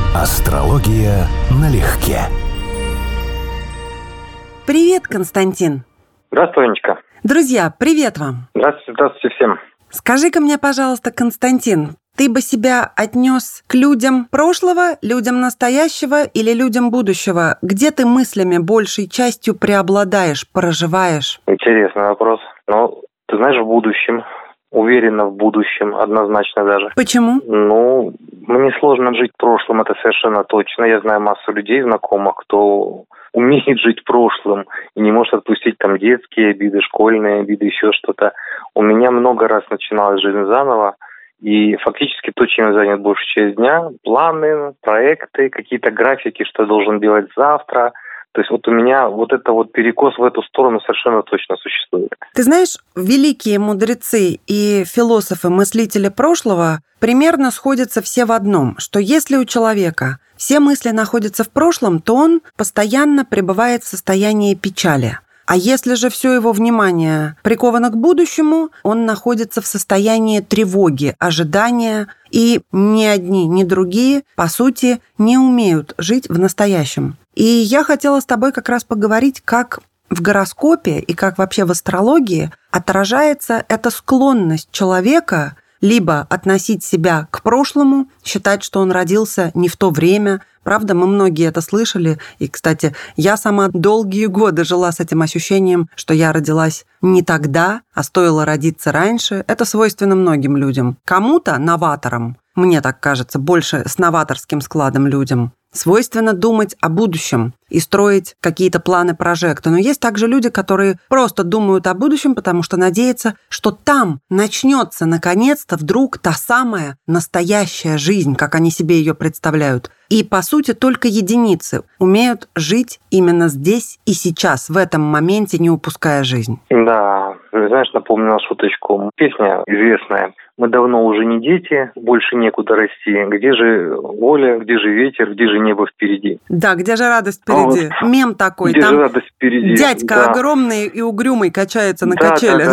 Астрология налегке. Привет, Константин. Здравствуй, Анечка. Друзья, привет вам. Здравствуйте всем. Скажи-ка мне, пожалуйста, Константин, ты бы себя отнес к людям прошлого, людям настоящего или людям будущего? Где ты мыслями большей частью преобладаешь, проживаешь? Интересный вопрос. Ну, ты знаешь, в будущем. Уверенно в будущем, однозначно даже. Почему? Ну, мне сложно жить прошлым, это совершенно точно. Я знаю массу людей, знакомых, кто умеет жить прошлым и не может отпустить там детские обиды, школьные обиды, еще что-то. У меня много раз начиналась жизнь заново, и фактически то, чем я занят большую часть дня, планы, проекты, какие-то графики, что я должен делать завтра. То есть вот у меня вот это вот перекос в эту сторону совершенно точно существует. Ты знаешь, великие мудрецы и философы, мыслители прошлого примерно сходятся все в одном, что если у человека все мысли находятся в прошлом, то он постоянно пребывает в состоянии печали. А если же все его внимание приковано к будущему, он находится в состоянии тревоги, ожидания, и ни одни, ни другие, по сути, не умеют жить в настоящем. И я хотела с тобой как раз поговорить, как в гороскопе и как вообще в астрологии отражается эта склонность человека либо относить себя к прошлому, считать, что он родился не в то время. Правда, мы многие это слышали. И, кстати, я сама долгие годы жила с этим ощущением, что я родилась не тогда, а стоило родиться раньше. Это свойственно многим людям. Кому-то, новаторам, мне так кажется, больше с новаторским складом людям, свойственно думать о будущем и строить какие-то планы-прожекты. Но есть также люди, которые просто думают о будущем, потому что надеются, что там начнется наконец-то вдруг та самая настоящая жизнь, как они себе ее представляют. И, по сути, только единицы умеют жить именно здесь и сейчас, в этом моменте, не упуская жизнь. Да, знаешь, напомнила шуточку. Песня известная. Мы давно уже не дети, больше некуда расти. Где же воля, где же ветер, где же небо впереди? Да, где же радость впереди? Вот. Мем такой. Где там же радость впереди? Дядька огромный и угрюмый качается на качелях.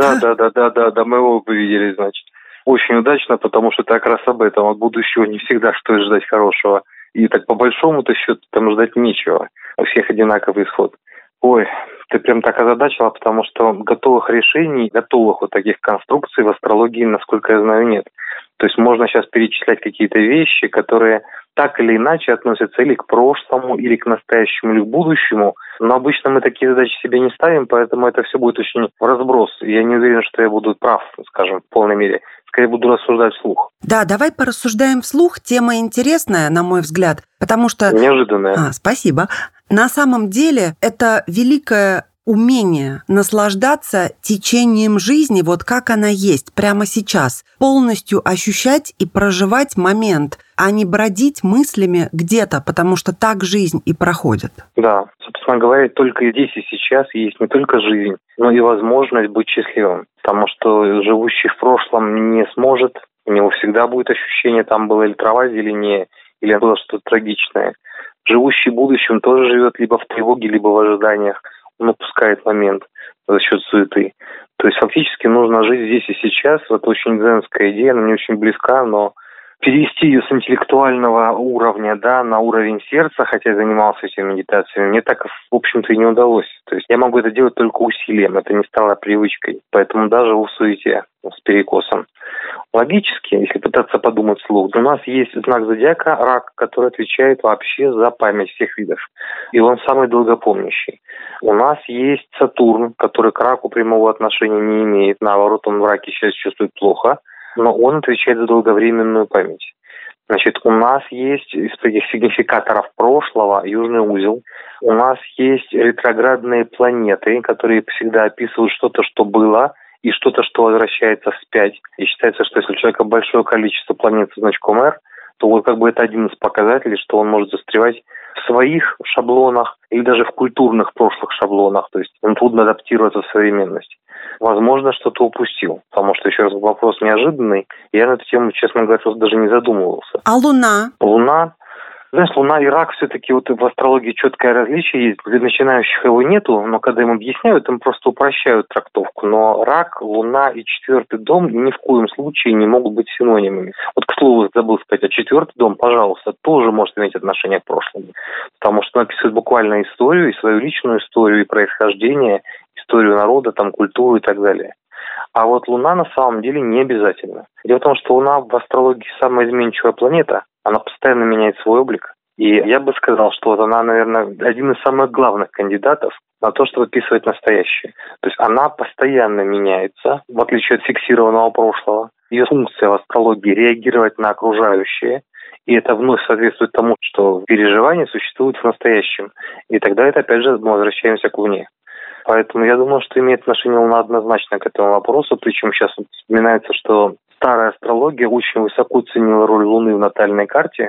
Да, мы его увидели, значит. Очень удачно, потому что это как раз об этом. От будущего не всегда стоит ждать хорошего. И так по большому-то счету там ждать нечего. У всех одинаковый исход. Ой, ты прям так озадачила, потому что готовых решений, готовых вот таких конструкций в астрологии, насколько я знаю, нет. То есть можно сейчас перечислять какие-то вещи, которые так или иначе относятся или к прошлому, или к настоящему, или к будущему. Но обычно мы такие задачи себе не ставим, поэтому это все будет очень в разброс. Я не уверен, что я буду прав, скажем, в полной мере. Скорее буду рассуждать вслух. Да, давай порассуждаем вслух. Тема интересная, на мой взгляд, потому что... Неожиданная. Спасибо. На самом деле это великое умение наслаждаться течением жизни, вот как она есть, прямо сейчас. Полностью ощущать и проживать момент, а не бродить мыслями где-то, потому что так жизнь и проходит. Да, собственно говоря, только здесь и сейчас есть не только жизнь, но и возможность быть счастливым. Потому что живущий в прошлом не сможет, у него всегда будет ощущение, там была или трава зеленее, или было что-то трагичное. Живущий в будущем тоже живет либо в тревоге, либо в ожиданиях. Он упускает момент за счет суеты. То есть фактически нужно жить здесь и сейчас. Это очень дзенская идея, она мне очень близка, но перевести ее с интеллектуального уровня, на уровень сердца, хотя я занимался этими медитациями, мне так, в общем-то, и не удалось. То есть я могу это делать только усилием, это не стало привычкой. Поэтому даже в суете, с перекосом. Логически, если пытаться подумать вслух, у нас есть знак зодиака Рак, который отвечает вообще за память всех видов. И он самый долгопомнящий. У нас есть Сатурн, который к Раку прямого отношения не имеет. Наоборот, он в Раке сейчас чувствует плохо, но он отвечает за долговременную память. Значит, у нас есть из таких сигнификаторов прошлого южный узел. У нас есть ретроградные планеты, которые всегда описывают что-то, что было, и что-то, что возвращается вспять. И считается, что если у человека большое количество планет со значком R, то вот как бы это один из показателей, что он может застревать в своих шаблонах или даже в культурных прошлых шаблонах. То есть ему трудно адаптироваться в современность. Возможно, что-то упустил, потому что, еще раз, вопрос неожиданный. Я на эту тему, честно говоря, даже не задумывался. А Луна? Луна Знаешь, Луна и рак все-таки вот в астрологии четкое различие есть. Для начинающих его нету, но когда им объясняют, им просто упрощают трактовку. Но рак, Луна и 4-й дом ни в коем случае не могут быть синонимами. Вот, к слову, забыл сказать, а 4-й дом, пожалуйста, тоже может иметь отношение к прошлому. Потому что он описывает буквально историю, и свою личную историю, и происхождение, историю народа, там, культуру и так далее. А вот Луна на самом деле не обязательно. Дело в том, что Луна в астрологии самая изменчивая планета. Она постоянно меняет свой облик. И я бы сказал, что вот она, наверное, один из самых главных кандидатов на то, чтобы описывать настоящее. То есть она постоянно меняется, в отличие от фиксированного прошлого. Ее функция в астрологии – реагировать на окружающее. И это вновь соответствует тому, что переживания существуют в настоящем. И тогда это, опять же, мы возвращаемся к Луне. Поэтому я думаю, что имеет отношение Луна однозначно к этому вопросу. Причем сейчас вспоминается, что старая астрология очень высоко ценила роль Луны в натальной карте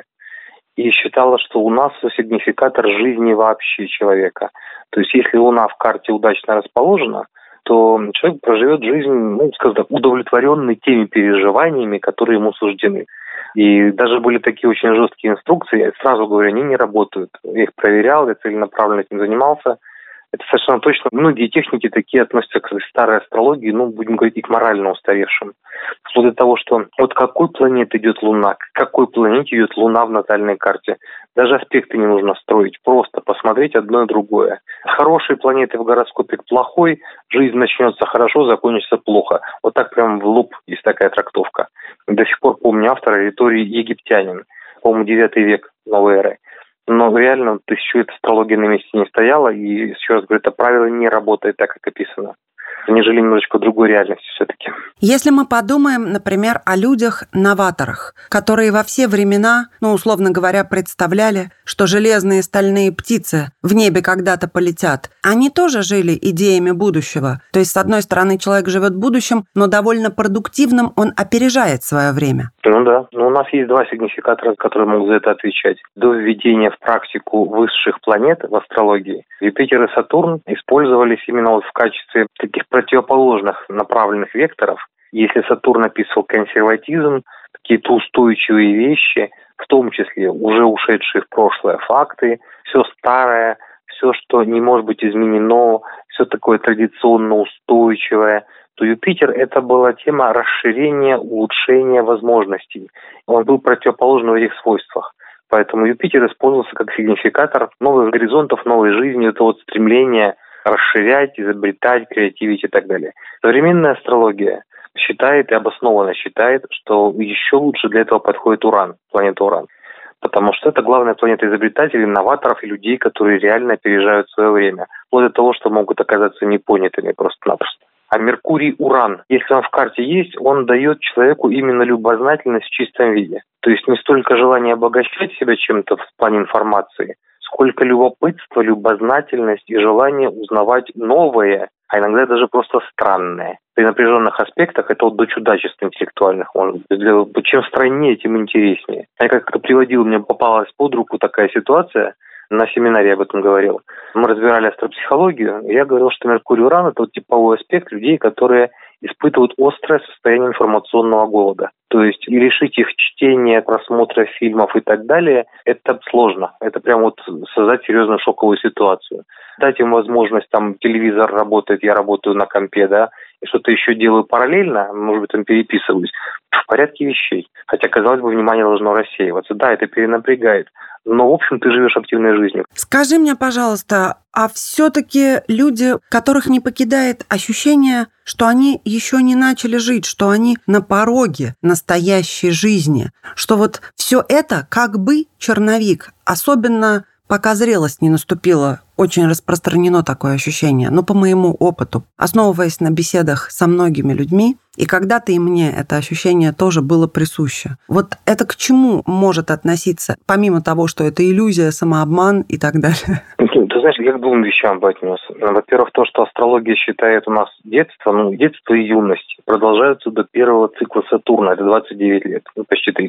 и считала, что Луна – сигнификатор жизни вообще человека. То есть если Луна в карте удачно расположена, то человек проживет жизнь, скажем так, удовлетворенный теми переживаниями, которые ему суждены. И даже были такие очень жесткие инструкции, я сразу говорю, они не работают. Я их проверял, я целенаправленно этим занимался. Это совершенно точно. Многие техники такие относятся к старой астрологии, будем говорить, и к морально устаревшим. Вплоть до того, что от какой планеты идет Луна, к какой планете идет Луна в натальной карте. Даже аспекты не нужно строить, просто посмотреть одно и другое. С хорошей планеты в гороскопе к плохой, жизнь начнется хорошо, закончится плохо. Вот так прям в лоб есть такая трактовка. До сих пор помню автора ритории египтянин, по-моему, 9 век новой эры. Но реально 1000 лет астрология на месте не стояла, и еще раз говорю, это правило не работает так, как описано. Они жили немножечко в другой реальности все-таки. Если мы подумаем, например, о людях-новаторах, которые во все времена, условно говоря, представляли, что железные стальные птицы в небе когда-то полетят, они тоже жили идеями будущего. То есть, с одной стороны, человек живет в будущем, но довольно продуктивным он опережает свое время. Да. Но у нас есть два сигнификатора, которые могут за это отвечать. До введения в практику высших планет в астрологии Юпитер и Сатурн использовались именно в качестве таких противоположных направленных векторов. Если Сатурн описывал консерватизм, какие-то устойчивые вещи, в том числе уже ушедшие в прошлое факты, все старое, все, что не может быть изменено, все такое традиционно устойчивое, то Юпитер – это была тема расширения, улучшения возможностей. Он был противоположен в этих свойствах. Поэтому Юпитер использовался как сигнификатор новых горизонтов, новой жизни, это стремление расширять, изобретать, креативить и так далее. Современная астрология считает и обоснованно считает, что еще лучше для этого подходит Уран, планета Уран. Потому что это главная планета изобретателей, новаторов и людей, которые реально опережают свое время. Вплоть до того, что могут оказаться непонятыми просто-напросто. А Меркурий, Уран, если он в карте есть, он дает человеку именно любознательность в чистом виде. То есть не столько желание обогащать себя чем-то в плане информации, сколько любопытство, любознательность и желание узнавать новое, а иногда даже просто странное. При напряженных аспектах это до чудачеств интеллектуальных может быть. Чем страннее, тем интереснее. Я как-то приводил, мне попалась под руку такая ситуация, на семинаре об этом говорил. Мы разбирали астропсихологию, и я говорил, что Меркурий-Уран – это типовой аспект людей, которые испытывают острое состояние информационного голода. То есть и лишить их чтения, просмотра фильмов и так далее – это сложно. Это прям создать серьезную шоковую ситуацию. Дать им возможность, телевизор работает, я работаю на компе, и что-то еще делаю параллельно, может быть, переписываюсь, в порядке вещей. Хотя, казалось бы, внимание должно рассеиваться. Да, это перенапрягает. Но, в общем, ты живешь активной жизнью. Скажи мне, пожалуйста, а все-таки люди, которых не покидает ощущение, что они еще не начали жить, что они на пороге настоящей жизни, что все это как бы черновик, особенно пока зрелость не наступила, очень распространено такое ощущение, но по моему опыту, основываясь на беседах со многими людьми, и когда-то и мне это ощущение тоже было присуще. Это к чему может относиться, помимо того, что это иллюзия, самообман и так далее? Ты знаешь, я к двум вещам бы отнес. Во-первых, то, что астрология считает у нас детство, детство и юность, продолжаются до первого цикла Сатурна, это 29 лет, почти 30.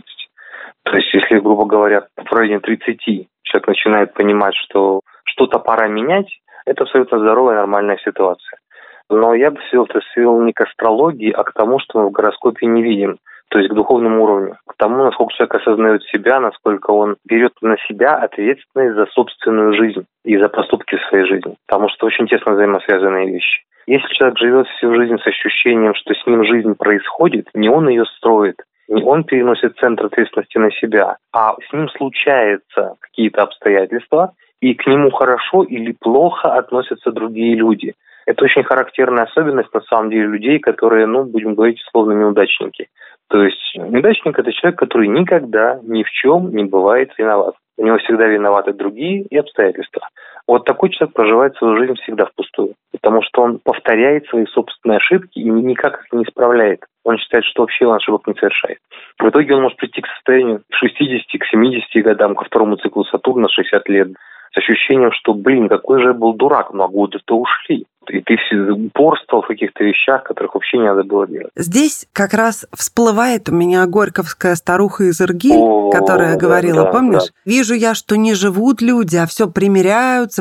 То есть, если, грубо говоря, в районе 30 человек начинает понимать, что что-то пора менять, это абсолютно здоровая, нормальная ситуация. Но я бы все это свел не к астрологии, а к тому, что мы в гороскопе не видим. то есть к духовному уровню, к тому, насколько человек осознает себя, насколько он берет на себя ответственность за собственную жизнь и за поступки в своей жизни, потому что очень тесно взаимосвязанные вещи. Если человек живет всю жизнь с ощущением, что с ним жизнь происходит, не он ее строит, не он переносит центр ответственности на себя, а с ним случаются какие-то обстоятельства, и к нему хорошо или плохо относятся другие люди. Это очень характерная особенность, на самом деле, людей, которые, будем говорить, условно, неудачники. То есть неудачник – это человек, который никогда ни в чем не бывает виноват. У него всегда виноваты другие и обстоятельства. Вот такой человек проживает свою жизнь всегда впустую, потому что он повторяет свои собственные ошибки и никак их не исправляет. Он считает, что вообще он ошибок не совершает. В итоге он может прийти к состоянию к 60, к 70 годам, ко второму циклу Сатурна, 60 лет, с ощущением, что, какой же я был дурак, но годы-то ушли. И ты упорствовал в каких-то вещах, которых вообще не надо было делать. Здесь как раз всплывает у меня горьковская старуха из Иргиль, которая говорила, помнишь? Да. Вижу я, что не живут люди, а все примиряются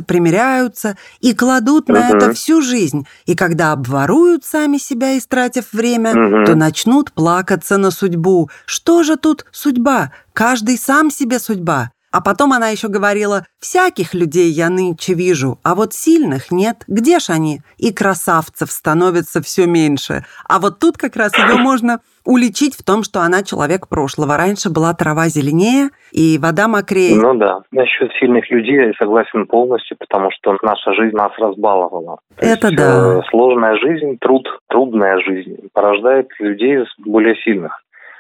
и кладут на это всю жизнь. И когда обворуют сами себя, истратив время, то начнут плакаться на судьбу. Что же тут судьба? Каждый сам себе судьба. А потом она еще говорила, всяких людей я нынче вижу, а вот сильных нет. Где ж они? И красавцев становится все меньше. А вот тут как раз ее можно уличить в том, что она человек прошлого. Раньше была трава зеленее и вода мокрее. Да. Насчет сильных людей я согласен полностью, потому что наша жизнь нас разбаловала. Это да. Сложная жизнь, трудная жизнь порождает людей более сильных.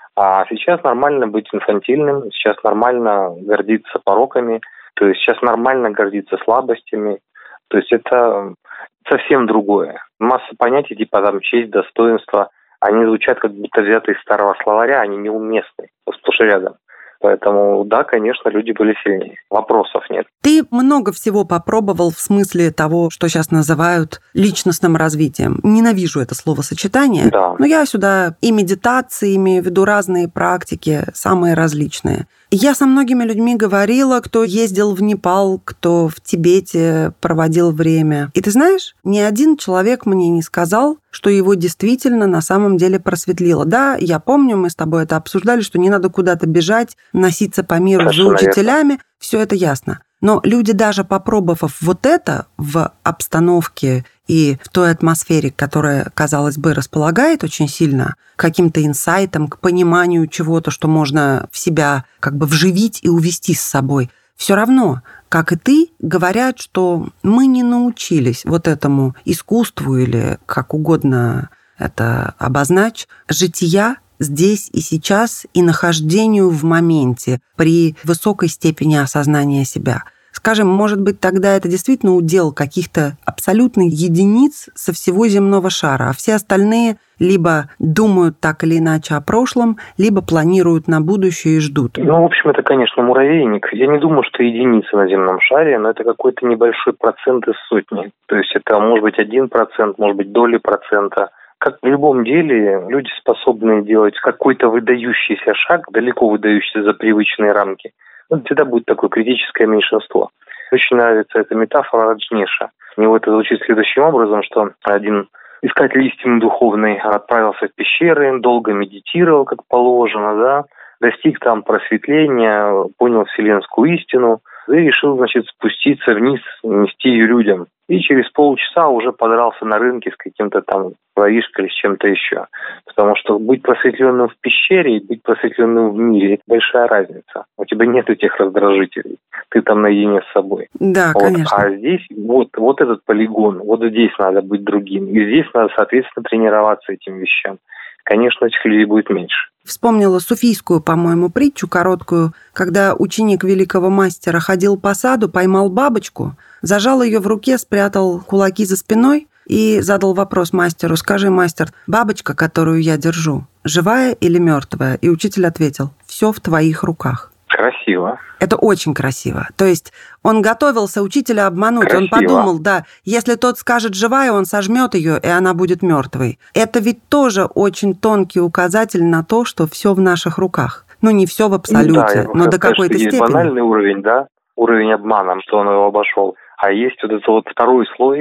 А сейчас нормально быть инфантильным, сейчас нормально гордиться пороками, то есть сейчас нормально гордиться слабостями. То есть это совсем другое. Масса понятий типа честь, достоинство, они звучат как будто взяты из старого словаря, они неуместны, сплошь и рядом. Поэтому, да, конечно, люди были сильнее. Вопросов нет. Ты много всего попробовал в смысле того, что сейчас называют личностным развитием. Ненавижу это словосочетание, да. Но я сюда и медитации имею в виду, разные практики, самые различные. Я со многими людьми говорила, кто ездил в Непал, кто в Тибете проводил время. И ты знаешь, ни один человек мне не сказал, что его действительно на самом деле просветлило. Да, я помню, мы с тобой это обсуждали, что не надо куда-то бежать, носиться по миру за учителями. Все это ясно. Но люди, даже попробовав вот это в обстановке и в той атмосфере, которая, казалось бы, располагает очень сильно к каким-то инсайтам, к пониманию чего-то, что можно в себя как бы вживить и увести с собой, все равно, как и ты, говорят, что мы не научились вот этому искусству или как угодно это обозначь, жития здесь и сейчас и нахождению в моменте при высокой степени осознания себя. Скажем, может быть, тогда это действительно удел каких-то абсолютных единиц со всего земного шара, а все остальные либо думают так или иначе о прошлом, либо планируют на будущее и ждут. В общем, это, конечно, муравейник. Я не думаю, что единицы на земном шаре, но это какой-то небольшой процент из сотни. То есть это может быть 1%, может быть доли процента. Как в любом деле, люди способны делать какой-то выдающийся шаг, далеко выдающийся за привычные рамки. Всегда будет такое критическое меньшинство. Очень нравится эта метафора Раджнеша. У него это звучит следующим образом, что один искатель истины духовной отправился в пещеры, долго медитировал, как положено, достиг там просветления, понял вселенскую истину и решил, спуститься вниз, нести ее людям. И через полчаса уже подрался на рынке с каким-то там воришкой или с чем-то еще. Потому что быть просветленным в пещере и быть просветленным в мире – это большая разница. У тебя нет этих раздражителей. Ты там наедине с собой. Да, конечно. А здесь вот этот полигон, вот здесь надо быть другим. И здесь надо, соответственно, тренироваться этим вещам. Конечно, этих людей будет меньше. Вспомнила суфийскую, по-моему, притчу короткую, когда ученик великого мастера ходил по саду, поймал бабочку, зажал ее в руке, спрятал кулаки за спиной и задал вопрос мастеру: «Скажи, мастер, бабочка, которую я держу, живая или мертвая?» И учитель ответил: «Все в твоих руках». Красиво. Это очень красиво. То есть он готовился учителя обмануть. Красиво. Он подумал, если тот скажет живая, он сожмет ее, и она будет мертвой. Это ведь тоже очень тонкий указатель на то, что все в наших руках. Не все в абсолюте, но до какой-то степени. Есть банальный уровень, уровень обмана, что он его обошел. А есть вот этот второй слой,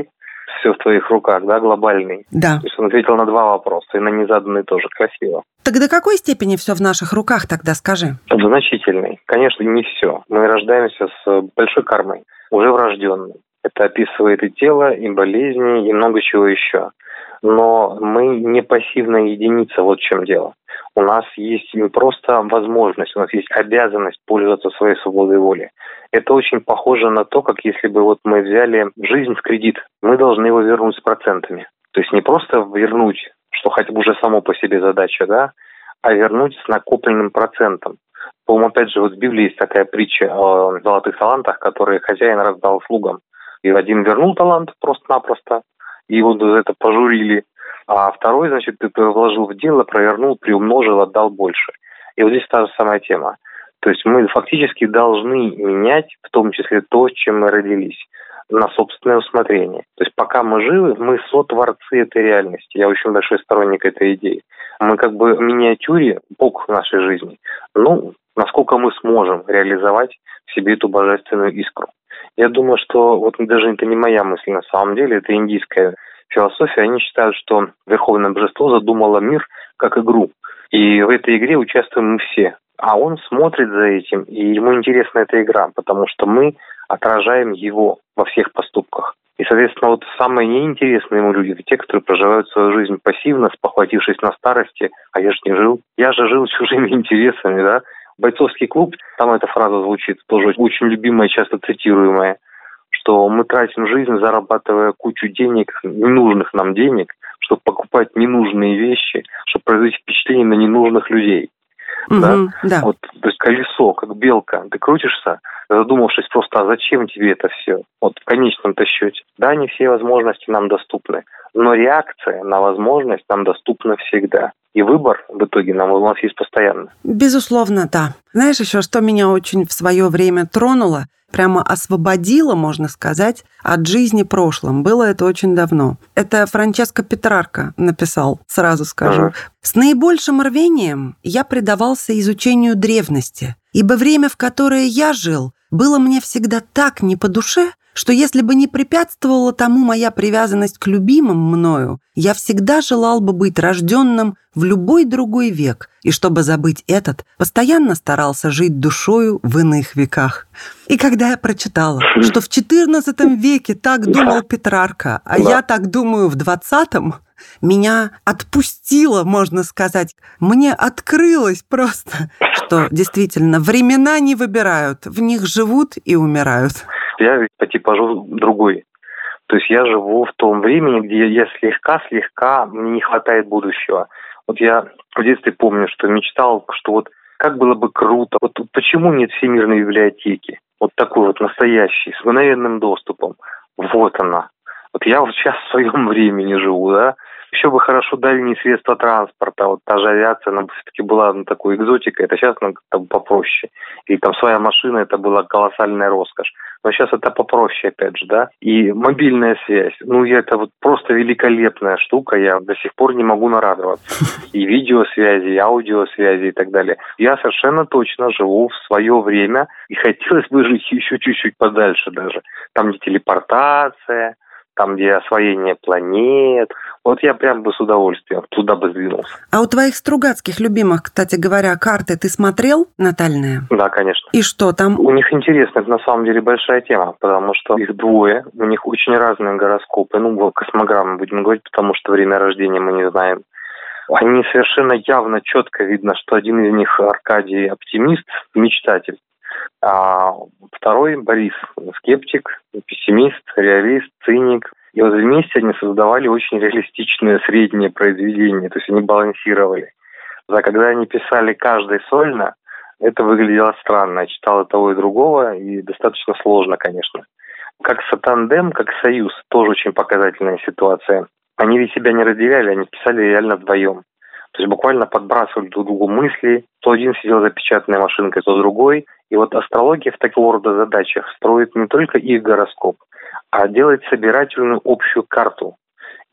все в твоих руках, да, глобальный. Да. То есть он ответил на 2 вопроса, и на незаданный тоже. Красиво. Так до какой степени все в наших руках тогда, скажи? В значительной. Конечно, не все. Мы рождаемся с большой кармой, уже врожденной. Это описывает и тело, и болезни, и много чего еще. Но мы не пассивная единица, вот в чем дело. У нас есть не просто возможность, у нас есть обязанность пользоваться своей свободой воли. Это очень похоже на то, как если бы вот мы взяли жизнь в кредит, мы должны его вернуть с процентами. То есть не просто вернуть, что хотя бы уже само по себе задача, да, а вернуть с накопленным процентом. По-моему, опять же, вот в Библии есть такая притча о золотых талантах, которые хозяин раздал слугам. И один вернул талант просто-напросто, и его за это пожурили. А второй, значит, это вложил в дело, провернул, приумножил, отдал больше. И вот здесь та же самая тема. То есть мы фактически должны менять, в том числе то, с чем мы родились, на собственное усмотрение. То есть пока мы живы, мы сотворцы этой реальности. Я очень большой сторонник этой идеи. Мы как бы в миниатюре Бог в нашей жизни. Насколько мы сможем реализовать в себе эту божественную искру. Я думаю, что вот даже это не моя мысль на самом деле, это индийская философия. Они считают, что Верховное Божество задумало мир как игру. И в этой игре участвуем мы все. А он смотрит за этим, и ему интересна эта игра, потому что мы отражаем его во всех поступках. И, соответственно, вот самые неинтересные ему люди, это те, которые проживают свою жизнь пассивно, спохватившись на старости, а я же не жил. Я же жил чужими интересами, да. Бойцовский клуб, там эта фраза звучит, тоже очень любимая, часто цитируемая, что мы тратим жизнь, зарабатывая кучу денег, ненужных нам денег, чтобы покупать ненужные вещи, чтобы произвести впечатление на ненужных людей. Да. Вот, то есть колесо, как белка, ты крутишься, задумавшись просто, а зачем тебе это все? Вот в конечном-то счете. Да, не все возможности нам доступны, но реакция на возможность нам доступна всегда. И выбор в итоге у нас есть постоянно. Безусловно, да. Знаешь, еще что меня очень в свое время тронуло, прямо освободило, можно сказать, от жизни прошлым. Было это очень давно. Это Франческо Петрарка написал, сразу скажу. С наибольшим рвением я предавался изучению древности, ибо время, в которое я жил, было мне всегда так не по душе, что если бы не препятствовала тому моя привязанность к любимым мною, я всегда желал бы быть рожденным в любой другой век, и чтобы забыть этот, постоянно старался жить душою в иных веках. И когда я прочитала, что в XIV веке так думал Петрарка, а я так думаю в XX, меня отпустило, можно сказать. Мне открылось просто, что действительно времена не выбирают, в них живут и умирают. Я по типажу другой. То есть я живу в том времени, где я слегка, мне не хватает будущего. Вот я в детстве помню, что мечтал, что вот как было бы круто. Вот почему нет всемирной библиотеки? Вот такой вот настоящий, с мгновенным доступом. Вот она. Вот я вот сейчас в своем времени живу, да. Еще бы хорошо дальние средства транспорта. Вот та же авиация, она все-таки была такой экзотикой. Это сейчас как-то попроще. И там своя машина, это была колоссальная роскошь. Но сейчас это попроще, опять же, да. И мобильная связь. Это вот просто великолепная штука. Я до сих пор не могу нарадоваться. И видеосвязи, и аудиосвязи и так далее. Я совершенно точно живу в свое время. И хотелось бы жить еще чуть-чуть подальше даже. Там, где телепортация, там, где освоение планет. Вот я прям бы с удовольствием туда бы сдвинулся. А у твоих Стругацких любимых, кстати говоря, карты ты смотрел натальные? Да, конечно. И что там? У них интересно, это на самом деле большая тема, потому что их двое, у них очень разные гороскопы. Космограммы будем говорить, потому что время рождения мы не знаем. Они совершенно явно, четко видно, что один из них Аркадий оптимист, мечтатель. А второй Борис скептик, пессимист, реалист, циник. И вот вместе они создавали очень реалистичное среднее произведение, то есть они балансировали. А когда они писали каждый сольно, это выглядело странно. Я читал и того, и другого, и достаточно сложно, конечно. Как сатандем, как союз, тоже очень показательная ситуация. Они ведь себя не разделяли, они писали реально вдвоем. То есть буквально подбрасывали друг другу мысли. То один сидел за печатной машинкой, то другой. И вот астрология в такого рода задачах строит не только их гороскоп, а делает собирательную общую карту.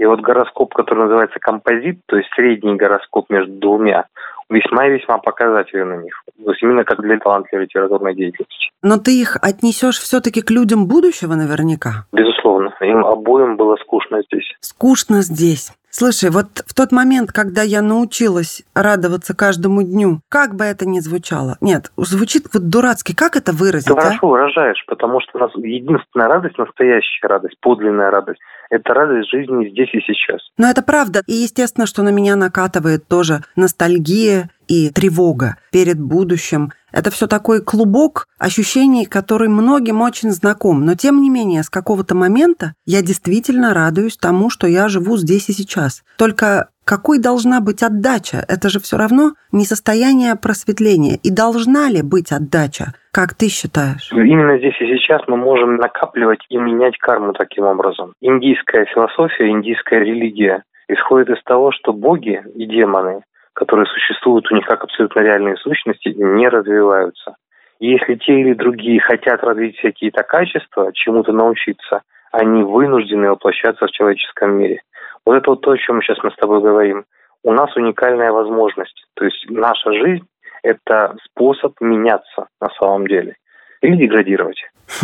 И вот гороскоп, который называется композит, то есть средний гороскоп между двумя, весьма и весьма показателен на них. То есть именно как для талантливой литературной деятельности. Но ты их отнесешь все-таки к людям будущего наверняка? Безусловно. Им обоим было скучно здесь. Скучно здесь. Слушай, вот в тот момент, когда я научилась радоваться каждому дню, как бы это ни звучало, нет, звучит вот дурацки, как это выразить? Ты хорошо выражаешь, потому что у нас единственная радость, настоящая радость, подлинная радость, это радость жизни здесь и сейчас. Но это правда. И естественно, что на меня накатывает тоже ностальгия и тревога перед будущим. Это все такой клубок ощущений, который многим очень знаком. Но тем не менее, с какого-то момента я действительно радуюсь тому, что я живу здесь и сейчас. Только какой должна быть отдача? Это же все равно не состояние просветления. И должна ли быть отдача? Как ты считаешь? Именно здесь и сейчас мы можем накапливать и менять карму таким образом. Индийская философия, индийская религия исходит из того, что боги и демоны, которые существуют у них как абсолютно реальные сущности, не развиваются. И если те или другие хотят развить какие-то качества, чему-то научиться, они вынуждены воплощаться в человеческом мире. Вот это вот то, о чем сейчас мы с тобой говорим. У нас уникальная возможность. То есть наша жизнь – это способ меняться на самом деле или деградировать.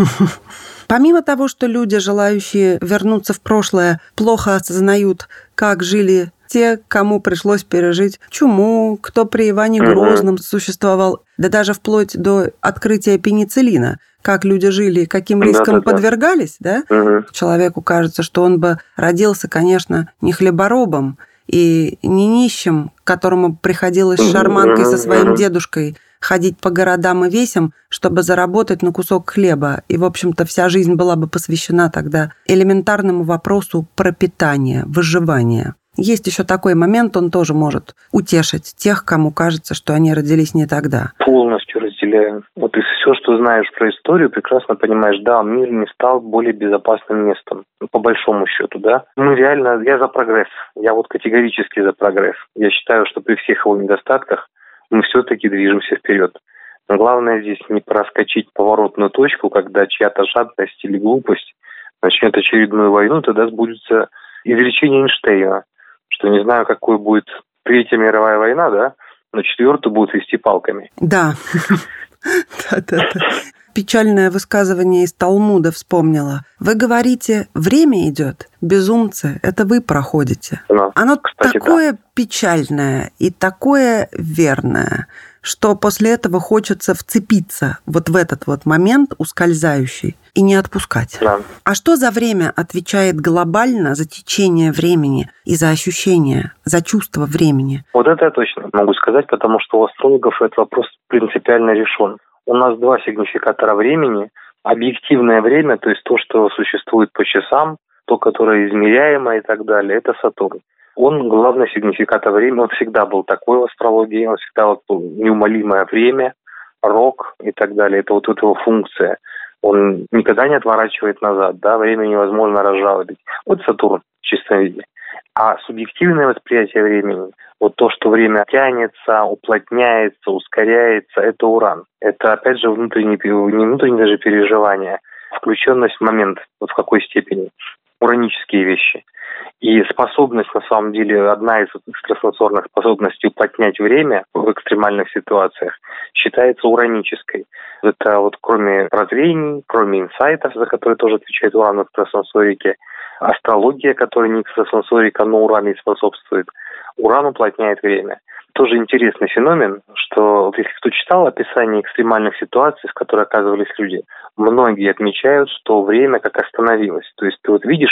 Помимо того, что люди, желающие вернуться в прошлое, плохо осознают, как жили те, кому пришлось пережить чуму, кто при Иване Грозном существовал, да даже вплоть до открытия пенициллина, как люди жили, каким рискам подвергались, да? Человеку кажется, что он бы родился, конечно, не хлеборобом и не нищим, которому приходилось с шарманкой со своим дедушкой ходить по городам и весям, чтобы заработать на кусок хлеба. И, в общем-то, вся жизнь была бы посвящена тогда элементарному вопросу пропитания, выживания. Есть еще такой момент, он тоже может утешить тех, кому кажется, что они родились не тогда. Полностью разделяю. Вот и все, что знаешь про историю, прекрасно понимаешь, да, мир не стал более безопасным местом, по большому счету, да. Мы реально, я за прогресс, я вот категорически за прогресс. Я считаю, что при всех его недостатках мы все-таки движемся вперед. Но главное здесь не проскочить поворотную точку, когда чья-то жадность или глупость начнет очередную войну, тогда сбудется изречение Эйнштейна, что не знаю, какой будет Третья мировая война, да, но четвертую будут вести палками. Да. Печальное высказывание из Талмуда вспомнила. Вы говорите, время идет, безумцы, это вы проходите. Да, оно кстати, такое печальное и такое верное, что после этого хочется вцепиться вот в этот вот момент ускользающий и не отпускать. Да. А что за время отвечает глобально за течение времени и за ощущение, за чувство времени? Вот это я точно могу сказать, потому что у астрологов этот вопрос принципиально решен. У нас два сигнификатора времени. Объективное время, то есть то, что существует по часам, то, которое измеряемо и так далее, это Сатурн. Он главный сигнификатор времени, он всегда был такой в астрологии, он всегда вот неумолимое время, рок и так далее. Это вот его функция. Он никогда не отворачивает назад, да, время невозможно разжалобить. Вот Сатурн в чистом виде. А субъективное восприятие времени, вот то, что время тянется, уплотняется, ускоряется, это Уран. Это, опять же, не внутренние даже переживания, включенность в момент, вот в какой степени, уранические вещи. И способность, на самом деле, одна из экстрасенсорных способностей уплотнять время в экстремальных ситуациях считается уранической. Это вот кроме прозрений, кроме инсайтов, за которые тоже отвечает Уран в экстрасенсорике, астрология, которая не экстрасенсорика, но Уран ей способствует. Уран уплотняет время. Тоже интересный феномен, что вот если кто читал описание экстремальных ситуаций, в которые оказывались люди, многие отмечают, что время как остановилось. То есть ты вот видишь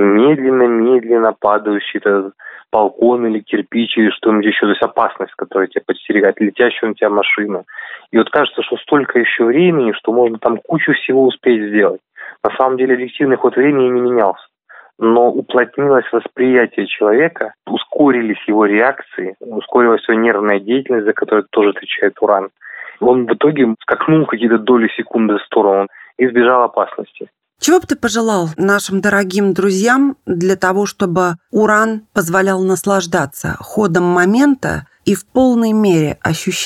медленно падающий этот балкон или кирпич или что-нибудь еще, то есть опасность, которая тебя подстерегает, летящую на тебя машину. И вот кажется, что столько еще времени, что можно там кучу всего успеть сделать. На самом деле объективный ход времени не менялся. Но уплотнилось восприятие человека, ускорились его реакции, ускорилась его нервная деятельность, за которую тоже отвечает Уран. Он в итоге скакнул какие-то доли секунды в сторону и избежал опасности. Чего бы ты пожелал нашим дорогим друзьям для того, чтобы Уран позволял наслаждаться ходом момента и в полной мере ощущать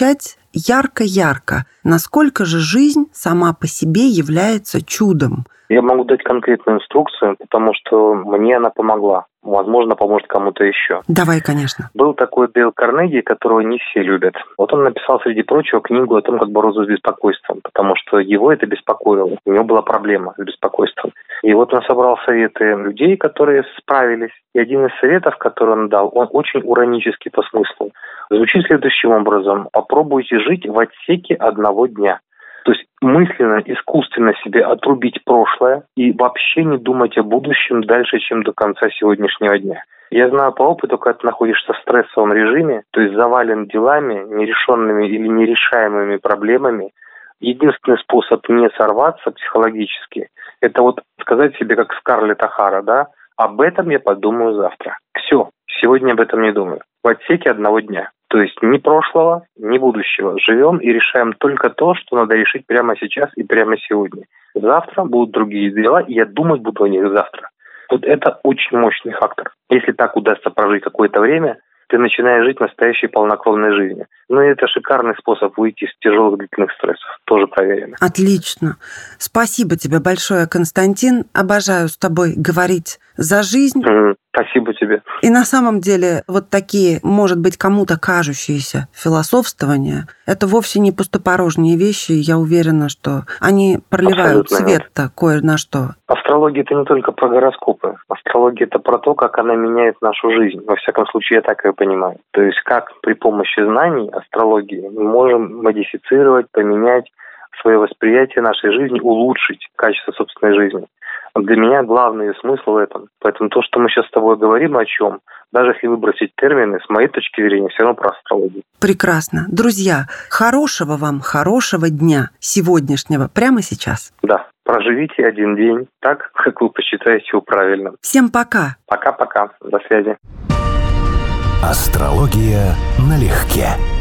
ярко-ярко, насколько же жизнь сама по себе является чудом. Я могу дать конкретную инструкцию, потому что мне она помогла. Возможно, поможет кому-то еще. Давай, конечно. Был такой Дейл Карнеги, которого не все любят. Вот он написал, среди прочего, книгу о том, как бороться с беспокойством, потому что его это беспокоило. У него была проблема с беспокойством. И вот он собрал советы людей, которые справились. И один из советов, который он дал, он очень уранический по смыслу. Звучит следующим образом. Попробуйте жить в отсеке одного дня. То есть мысленно, искусственно себе отрубить прошлое и вообще не думать о будущем дальше, чем до конца сегодняшнего дня. Я знаю по опыту, когда ты находишься в стрессовом режиме, то есть завален делами, нерешенными или нерешаемыми проблемами, единственный способ не сорваться психологически, это вот сказать себе, как Скарлетт О'Хара, да, об этом я подумаю завтра. Все, сегодня об этом не думаю. В отсеке одного дня. То есть ни прошлого, ни будущего. Живем и решаем только то, что надо решить прямо сейчас и прямо сегодня. Завтра будут другие дела, и я думать буду о них завтра. Вот это очень мощный фактор. Если так удастся прожить какое-то время, ты начинаешь жить настоящей полнокровной жизнью. Ну и это шикарный способ выйти из тяжелых длительных стрессов. Тоже проверено. Отлично. Спасибо тебе большое, Константин. Обожаю с тобой говорить за жизнь. Спасибо тебе. И на самом деле вот такие, может быть, кому-то кажущиеся философствования, это вовсе не пустопорожние вещи. Я уверена, что они проливают свет-то кое на что. Астрология – это не только про гороскопы. Астрология – это про то, как она меняет нашу жизнь. Во всяком случае, я так ее понимаю. То есть, как при помощи знаний астрологии мы можем модифицировать, поменять свое восприятие нашей жизни, улучшить качество собственной жизни. Для меня главный смысл в этом. Поэтому то, что мы сейчас с тобой говорим о чем, даже если выбросить термины, с моей точки зрения, все равно про астрологию. Прекрасно. Друзья, хорошего вам, хорошего дня сегодняшнего, прямо сейчас. Да, проживите один день так, как вы посчитаете правильным. Всем пока. Пока-пока. До связи. Астрология налегке.